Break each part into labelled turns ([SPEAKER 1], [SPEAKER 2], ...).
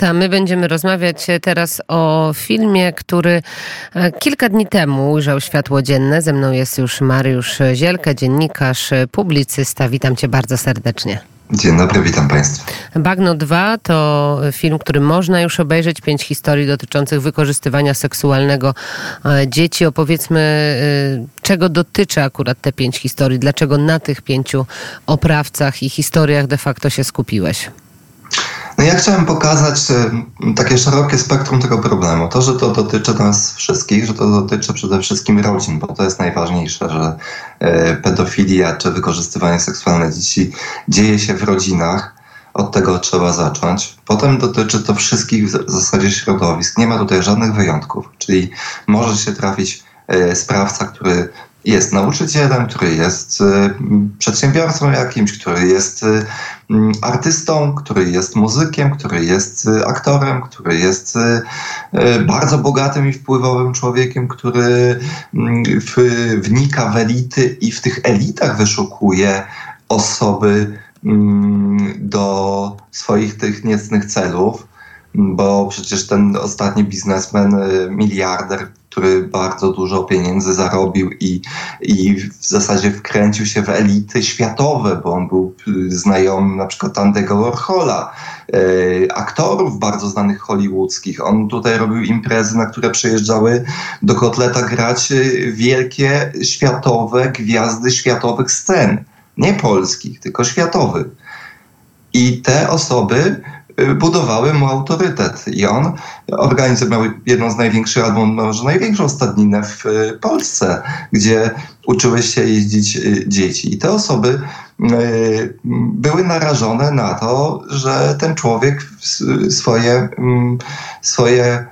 [SPEAKER 1] Marta, my będziemy rozmawiać teraz o filmie, który kilka dni temu ujrzał światło dzienne. Ze mną jest już Mariusz Zielka, dziennikarz, publicysta. Witam cię bardzo serdecznie.
[SPEAKER 2] Dzień dobry, witam państwa.
[SPEAKER 1] Bagno 2 to film, który można już obejrzeć. 5 historii dotyczących wykorzystywania seksualnego dzieci. Opowiedzmy, czego dotyczy akurat te 5 historii. Dlaczego na tych 5 oprawcach i historiach de facto się skupiłeś?
[SPEAKER 2] No ja chciałem pokazać takie szerokie spektrum tego problemu. To, że to dotyczy nas wszystkich, że to dotyczy przede wszystkim rodzin, bo to jest najważniejsze, że pedofilia czy wykorzystywanie seksualne dzieci dzieje się w rodzinach. Od tego trzeba zacząć. Potem dotyczy to wszystkich w zasadzie środowisk. Nie ma tutaj żadnych wyjątków. Czyli może się trafić sprawca, który jest nauczycielem, który jest przedsiębiorcą jakimś, który jest artystą, który jest muzykiem, który jest aktorem, który jest bardzo bogatym i wpływowym człowiekiem, który wnika w elity i w tych elitach wyszukuje osoby do swoich tych niecnych celów, bo przecież ten ostatni biznesmen, miliarder, który bardzo dużo pieniędzy zarobił i w zasadzie wkręcił się w elity światowe, bo on był znajomy na przykład Andy'ego Warhola, aktorów bardzo znanych hollywoodzkich. On tutaj robił imprezy, na które przyjeżdżały do Kotleta grać wielkie światowe gwiazdy światowych scen. Nie polskich, tylko światowych. I te osoby budowały mu autorytet. I on organizował jedną z największych, albo może największą stadninę w Polsce, gdzie uczyły się jeździć dzieci. I te osoby były narażone na to, że ten człowiek swoje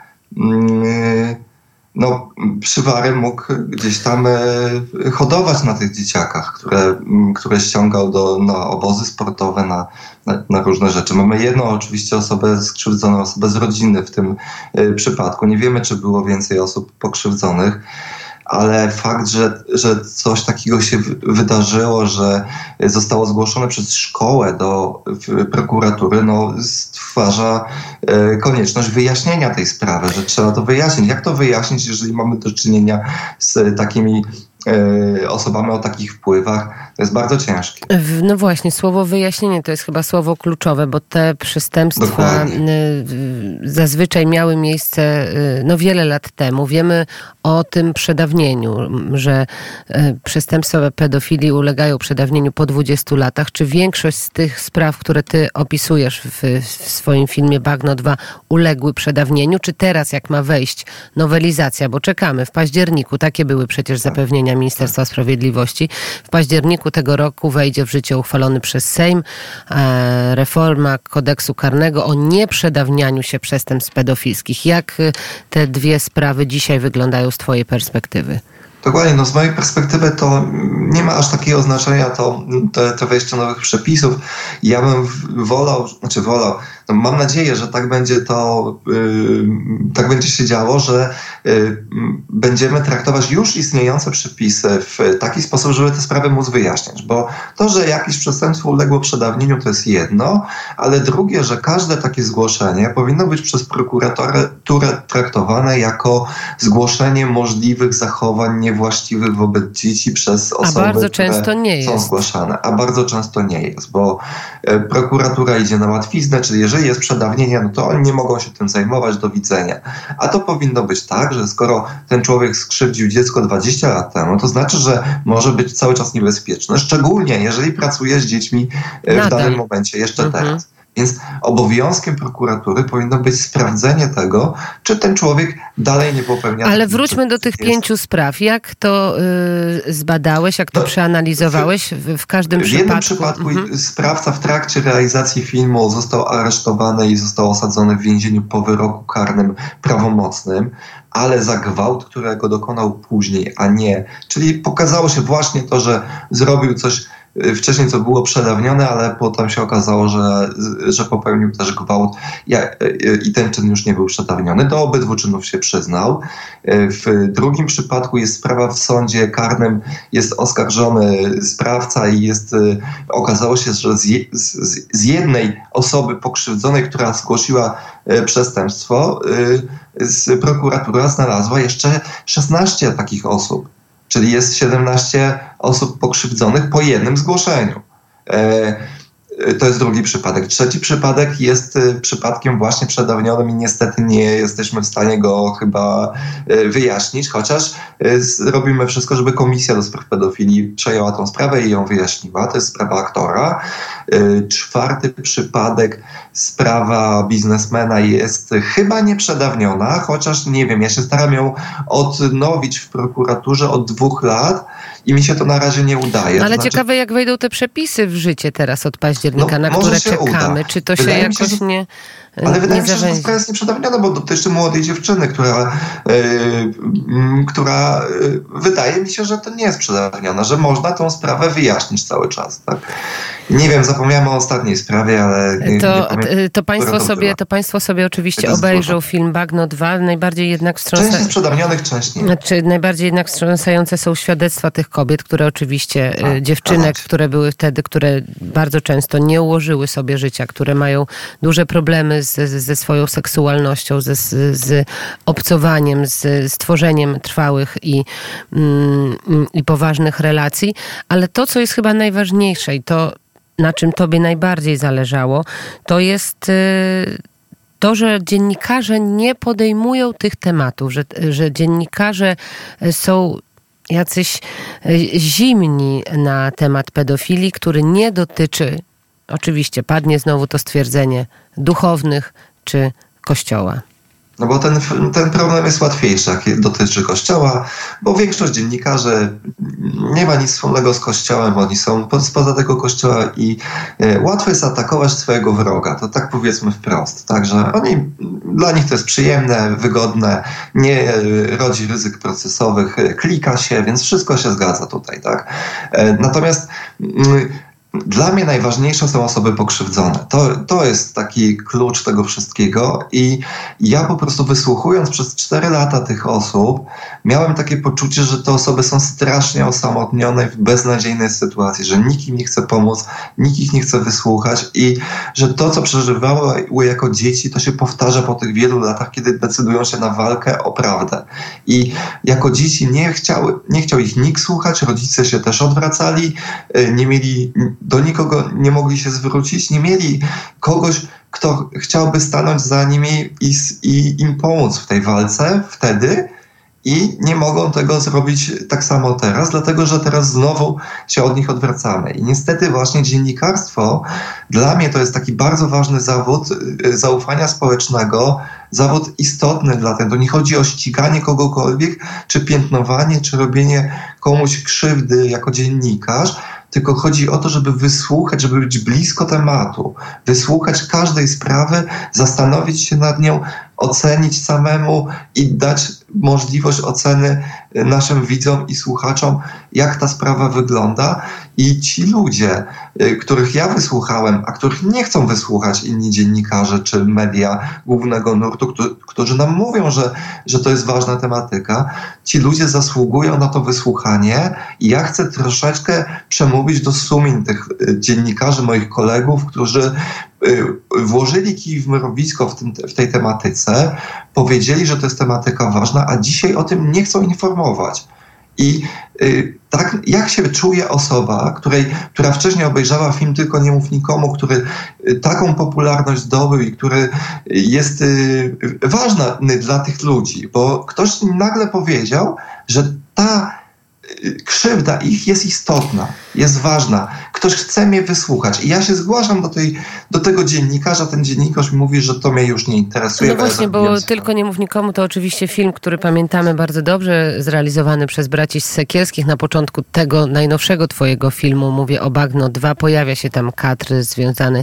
[SPEAKER 2] przywary mógł gdzieś tam hodować na tych dzieciakach, które ściągał na obozy sportowe, na różne rzeczy. Mamy jedną oczywiście osobę skrzywdzoną, osobę z rodziny w tym przypadku. Nie wiemy, czy było więcej osób pokrzywdzonych, ale fakt, że coś takiego się wydarzyło, że zostało zgłoszone przez szkołę do prokuratury, stwarza konieczność wyjaśnienia tej sprawy, że trzeba to wyjaśnić. Jak to wyjaśnić, jeżeli mamy do czynienia z takimi osobami o takich wpływach? To jest bardzo ciężkie.
[SPEAKER 1] No właśnie, słowo wyjaśnienie to jest chyba słowo kluczowe, bo te przestępstwa zazwyczaj miały miejsce wiele lat temu. Wiemy o tym przedawnieniu, że przestępstwa pedofilii ulegają przedawnieniu po 20 latach. Czy większość z tych spraw, które ty opisujesz w swoim filmie Bagno 2 uległy przedawnieniu? Czy teraz, jak ma wejść nowelizacja, bo czekamy w październiku, takie były przecież zapewnienia Ministerstwa Sprawiedliwości, w październiku tego roku wejdzie w życie uchwalony przez Sejm reforma kodeksu karnego o nieprzedawnianiu się przestępstw pedofilskich. Jak te dwie sprawy dzisiaj wyglądają z twojej perspektywy?
[SPEAKER 2] Dokładnie, z mojej perspektywy to nie ma aż takiego znaczenia to wejście nowych przepisów. Ja bym wolał, mam nadzieję, że tak będzie się działo, że będziemy traktować już istniejące przepisy w taki sposób, żeby te sprawy móc wyjaśniać, bo to, że jakieś przestępstwo uległo przedawnieniu, to jest jedno, ale drugie, że każde takie zgłoszenie powinno być przez prokuraturę traktowane jako zgłoszenie możliwych zachowań niewłaściwych wobec dzieci przez osoby, które są zgłaszane. A bardzo często nie jest, bo prokuratura idzie na łatwiznę, czyli jeżeli jest przedawnienie, to oni nie mogą się tym zajmować, do widzenia. A to powinno być tak, że skoro ten człowiek skrzywdził dziecko 20 lat temu, to znaczy, że może być cały czas niebezpieczny, szczególnie jeżeli pracuje z dziećmi w danym momencie, jeszcze teraz. Więc obowiązkiem prokuratury powinno być sprawdzenie tego, czy ten człowiek dalej nie popełnia...
[SPEAKER 1] Ale wróćmy do tych 5 spraw. Jak to zbadałeś, jak to przeanalizowałeś w każdym przypadku?
[SPEAKER 2] W jednym przypadku sprawca w trakcie realizacji filmu został aresztowany i został osadzony w więzieniu po wyroku karnym prawomocnym, ale za gwałt, którego dokonał później, a nie. Czyli pokazało się właśnie to, że zrobił coś wcześniej to było przedawnione, ale potem się okazało, że popełnił też gwałt i ten czyn już nie był przedawniony. Do obydwu czynów się przyznał. W drugim przypadku jest sprawa w sądzie karnym, jest oskarżony sprawca i okazało się, że z jednej osoby pokrzywdzonej, która zgłosiła przestępstwo, prokuratura znalazła jeszcze 16 takich osób. Czyli jest 17 osób pokrzywdzonych po jednym zgłoszeniu. To jest drugi przypadek. Trzeci przypadek jest przypadkiem właśnie przedawnionym i niestety nie jesteśmy w stanie go chyba wyjaśnić, chociaż robimy wszystko, żeby Komisja do Spraw Pedofilii przejęła tą sprawę i ją wyjaśniła. To jest sprawa aktora. Czwarty przypadek, sprawa biznesmena jest chyba nieprzedawniona, chociaż nie wiem, ja się staram ją odnowić w prokuraturze od 2 lat i mi się to na razie nie udaje.
[SPEAKER 1] Ale ciekawe, jak wejdą te przepisy w życie teraz od października, na które czekamy. Czy to się jakoś nie
[SPEAKER 2] ale wydaje mi się, że
[SPEAKER 1] zawęzi?
[SPEAKER 2] ta sprawa jest nieprzedawniona, bo dotyczy młodej dziewczyny, która wydaje mi się, że to nie jest przedawniona, że można tą sprawę wyjaśnić cały czas. Tak? Nie wiem, zapomniałem o ostatniej sprawie, ale
[SPEAKER 1] to państwo sobie oczywiście obejrzą film Bagno 2. Najbardziej jednak
[SPEAKER 2] część jest przedawnionych, część nie.
[SPEAKER 1] Znaczy, najbardziej jednak wstrząsające są świadectwa tych kobiet, które oczywiście, dziewczynek, które były wtedy, które bardzo często nie ułożyły sobie życia, które mają duże problemy ze swoją seksualnością, z obcowaniem, z tworzeniem trwałych i poważnych relacji. Ale to, co jest chyba najważniejsze i to, na czym tobie najbardziej zależało, to jest to, że dziennikarze nie podejmują tych tematów, że dziennikarze są jacyś zimni na temat pedofilii, który nie dotyczy, oczywiście padnie znowu to stwierdzenie, duchownych czy Kościoła.
[SPEAKER 2] No bo ten problem jest łatwiejszy, jak dotyczy Kościoła, bo większość dziennikarzy nie ma nic wspólnego z Kościołem, oni są spoza tego Kościoła i łatwo jest atakować swojego wroga, to tak powiedzmy wprost. Także dla nich to jest przyjemne, wygodne, nie rodzi ryzyk procesowych, klika się, więc wszystko się zgadza tutaj, tak? Natomiast dla mnie najważniejsze są osoby pokrzywdzone. To jest taki klucz tego wszystkiego i ja po prostu wysłuchując przez 4 lata tych osób, miałem takie poczucie, że te osoby są strasznie osamotnione w beznadziejnej sytuacji, że nikt im nie chce pomóc, nikt ich nie chce wysłuchać i że to, co przeżywały jako dzieci, to się powtarza po tych wielu latach, kiedy decydują się na walkę o prawdę. I jako dzieci nie chciał ich nikt słuchać, rodzice się też odwracali, nie mieli do nikogo nie mogli się zwrócić, nie mieli kogoś, kto chciałby stanąć za nimi i im pomóc w tej walce wtedy i nie mogą tego zrobić tak samo teraz, dlatego że teraz znowu się od nich odwracamy. I niestety właśnie dziennikarstwo dla mnie to jest taki bardzo ważny zawód zaufania społecznego, zawód istotny dla tego. Nie chodzi o ściganie kogokolwiek, czy piętnowanie, czy robienie komuś krzywdy jako dziennikarz, tylko chodzi o to, żeby wysłuchać, żeby być blisko tematu, wysłuchać każdej sprawy, zastanowić się nad nią, ocenić samemu i dać możliwość oceny naszym widzom i słuchaczom, jak ta sprawa wygląda. I ci ludzie, których ja wysłuchałem, a których nie chcą wysłuchać inni dziennikarze czy media głównego nurtu, którzy nam mówią, że to jest ważna tematyka, ci ludzie zasługują na to wysłuchanie i ja chcę troszeczkę przemówić do sumień tych dziennikarzy, moich kolegów, którzy włożyli kij w mrowisko w tej tematyce, powiedzieli, że to jest tematyka ważna, a dzisiaj o tym nie chcą informować. I tak jak się czuje osoba, która wcześniej obejrzała film Tylko nie mów nikomu, który taką popularność zdobył i który jest ważny dla tych ludzi, bo ktoś im nagle powiedział, że ta krzywda ich jest istotna, jest ważna. Ktoś chce mnie wysłuchać. I ja się zgłaszam do tego dziennikarza. Ten dziennikarz mi mówi, że to mnie już nie interesuje.
[SPEAKER 1] No właśnie, bo Tylko nie mów nikomu to oczywiście film, który pamiętamy bardzo dobrze, zrealizowany przez braci z Sekielskich. Na początku tego najnowszego twojego filmu, mówię o Bagno 2, pojawia się tam kadr związany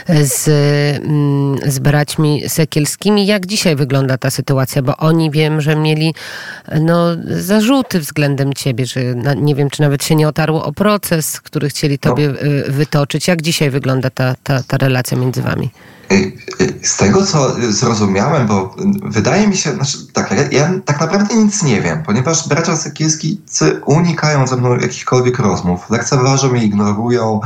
[SPEAKER 1] z braćmi Sekielskimi. Jak dzisiaj wygląda ta sytuacja? Bo oni, wiem, że mieli zarzuty względem ciebie, czy nie wiem, czy nawet się nie otarło o proces, który chcieli tobie wytoczyć. Jak dzisiaj wygląda ta relacja między wami?
[SPEAKER 2] Z tego, co zrozumiałem, bo wydaje mi się, ja tak naprawdę nic nie wiem, ponieważ bracia Sekielscy unikają ze mną jakichkolwiek rozmów, lekceważą i ignorują,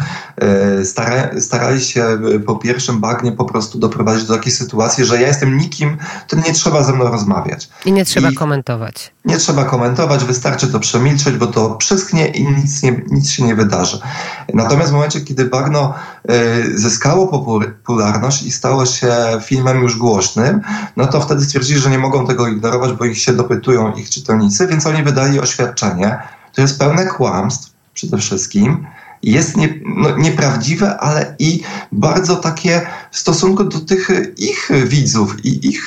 [SPEAKER 2] starali się po pierwszym bagnie po prostu doprowadzić do takiej sytuacji, że ja jestem nikim, to nie trzeba ze mną rozmawiać.
[SPEAKER 1] I nie trzeba komentować.
[SPEAKER 2] Nie trzeba komentować, wystarczy to przemilczeć, bo to przyschnie i nic się nie wydarzy. Natomiast w momencie, kiedy bagno zyskało popularność i stało się filmem już głośnym, no to wtedy stwierdzili, że nie mogą tego ignorować, bo ich się dopytują ich czytelnicy, więc oni wydali oświadczenie. To jest pełne kłamstw przede wszystkim. Jest nieprawdziwe, ale i bardzo takie w stosunku do tych ich widzów i ich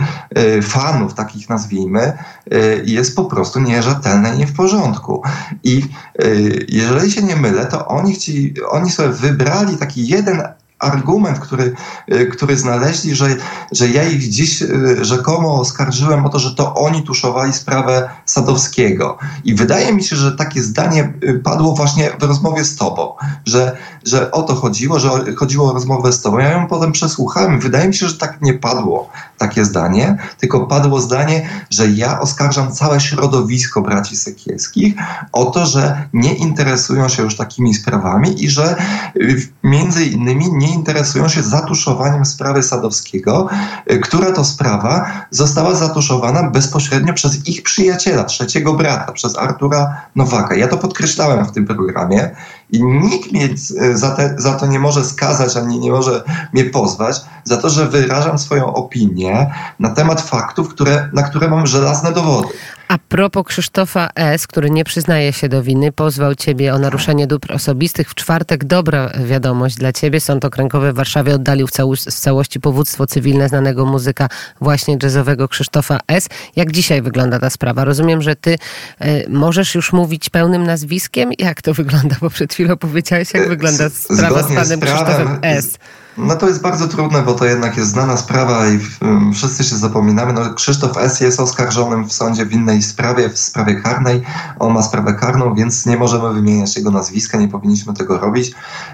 [SPEAKER 2] fanów, takich nazwijmy, jest po prostu nierzetelne i nie w porządku. I jeżeli się nie mylę, to oni sobie wybrali taki jeden argument, który znaleźli, że ja ich dziś rzekomo oskarżyłem o to, że to oni tuszowali sprawę Sadowskiego. I wydaje mi się, że takie zdanie padło właśnie w rozmowie z tobą, że o to chodziło, że chodziło o rozmowę z tobą. Ja ją potem przesłuchałem. Wydaje mi się, że tak nie padło takie zdanie, tylko padło zdanie, że ja oskarżam całe środowisko braci Sekielskich o to, że nie interesują się już takimi sprawami i że między innymi nie interesują się zatuszowaniem sprawy Sadowskiego, która to sprawa została zatuszowana bezpośrednio przez ich przyjaciela, trzeciego brata, przez Artura Nowaka. Ja to podkreślałem w tym programie i nikt mnie za to nie może skazać, ani nie może mnie pozwać, za to, że wyrażam swoją opinię na temat faktów, na które mam żelazne dowody.
[SPEAKER 1] A propos Krzysztofa S., który nie przyznaje się do winy, pozwał ciebie o naruszenie dóbr osobistych. W czwartek dobra wiadomość dla ciebie. Sąd Okręgowy w Warszawie oddalił w całości powództwo cywilne znanego muzyka właśnie jazzowego Krzysztofa S. Jak dzisiaj wygląda ta sprawa? Rozumiem, że ty możesz już mówić pełnym nazwiskiem? Jak to wygląda? Bo przed chwilą powiedziałeś, jak wygląda sprawa z panem Krzysztofem S.
[SPEAKER 2] No to jest bardzo trudne, bo to jednak jest znana sprawa i wszyscy się zapominamy. No, Krzysztof S. jest oskarżonym w sądzie w innej sprawie, w sprawie karnej. On ma sprawę karną, więc nie możemy wymieniać jego nazwiska, nie powinniśmy tego robić.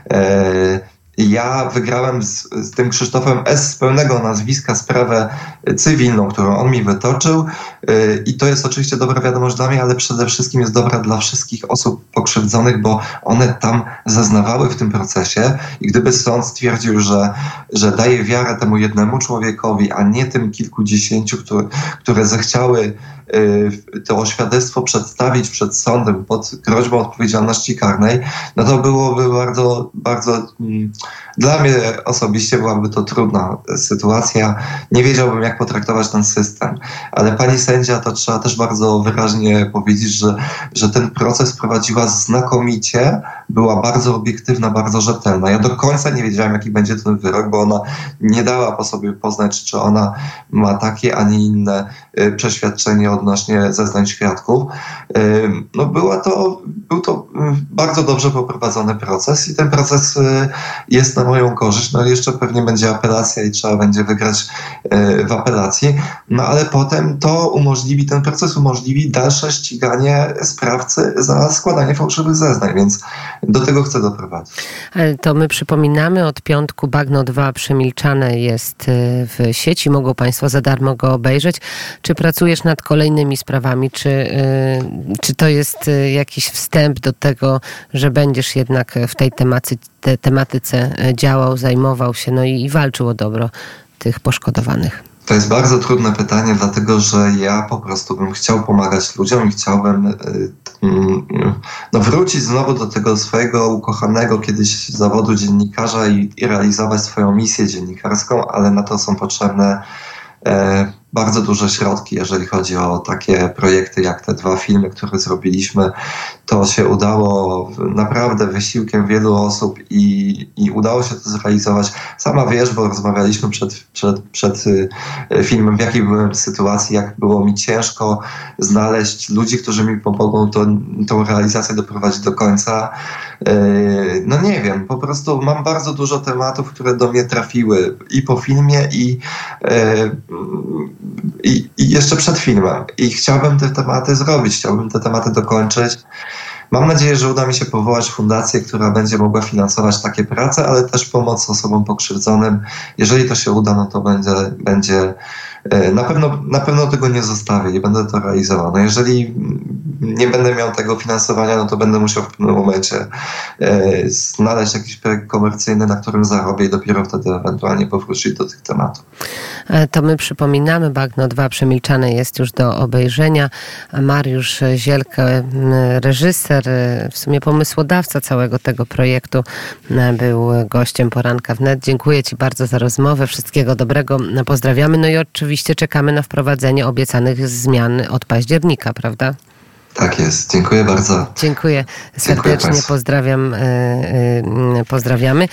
[SPEAKER 2] Ja wygrałem z tym Krzysztofem S. z pełnego nazwiska sprawę cywilną, którą on mi wytoczył i to jest oczywiście dobra wiadomość dla mnie, ale przede wszystkim jest dobra dla wszystkich osób pokrzywdzonych, bo one tam zeznawały w tym procesie i gdyby sąd stwierdził, że daje wiarę temu jednemu człowiekowi, a nie tym kilkudziesięciu, które zechciały to świadectwo przedstawić przed sądem pod groźbą odpowiedzialności karnej, no to byłoby bardzo, bardzo dla mnie osobiście byłaby to trudna sytuacja. Nie wiedziałbym, jak potraktować ten system. Ale pani sędzia, to trzeba też bardzo wyraźnie powiedzieć, że ten proces prowadziła znakomicie, była bardzo obiektywna, bardzo rzetelna. Ja do końca nie wiedziałem, jaki będzie ten wyrok, bo ona nie dała po sobie poznać, czy ona ma takie, a nie inne przeświadczenie odnośnie zeznań świadków. No był to bardzo dobrze poprowadzony proces i ten proces jest na moją korzyść. No jeszcze pewnie będzie apelacja i trzeba będzie wygrać w apelacji. No ale potem ten proces umożliwi dalsze ściganie sprawcy za składanie fałszywych zeznań, więc do tego chcę doprowadzić.
[SPEAKER 1] To my przypominamy, od piątku Bagno 2 przemilczane jest w sieci. Mogą państwo za darmo go obejrzeć. Czy pracujesz nad kolejnymi sprawami? Czy to jest jakiś wstęp do tego, że będziesz jednak w tej tematyce działał, zajmował się, no i walczył o dobro tych poszkodowanych?
[SPEAKER 2] To jest bardzo trudne pytanie, dlatego że ja po prostu bym chciał pomagać ludziom i chciałbym wrócić znowu do tego swojego ukochanego kiedyś zawodu dziennikarza i realizować swoją misję dziennikarską, ale na to są potrzebne bardzo duże środki, jeżeli chodzi o takie projekty jak te 2 filmy, które zrobiliśmy. To się udało naprawdę wysiłkiem wielu osób i udało się to zrealizować. Sama wiesz, bo rozmawialiśmy przed filmem, w jakiej byłem sytuacji, jak było mi ciężko znaleźć ludzi, którzy mi pomogą tą realizację doprowadzić do końca. No nie wiem, po prostu mam bardzo dużo tematów, które do mnie trafiły i po filmie, i i jeszcze przed filmem. I chciałbym te tematy zrobić, chciałbym te tematy dokończyć. Mam nadzieję, że uda mi się powołać fundację, która będzie mogła finansować takie prace, ale też pomoc osobom pokrzywdzonym. Jeżeli to się uda, no to będzie na pewno tego nie zostawię i będę to realizował. No jeżeli nie będę miał tego finansowania, no to będę musiał w pewnym momencie znaleźć jakiś projekt komercyjny, na którym zarobię i dopiero wtedy ewentualnie powrócić do tych tematów.
[SPEAKER 1] To my przypominamy, Bagno 2 Przemilczane jest już do obejrzenia. Mariusz Zielkę, reżyser, w sumie pomysłodawca całego tego projektu, był gościem Poranka Wnet. Dziękuję Ci bardzo za rozmowę. Wszystkiego dobrego. Pozdrawiamy. No i oczywiście czekamy na wprowadzenie obiecanych zmian od października, prawda?
[SPEAKER 2] Tak jest. Dziękuję bardzo.
[SPEAKER 1] Dziękuję serdecznie. Pozdrawiamy.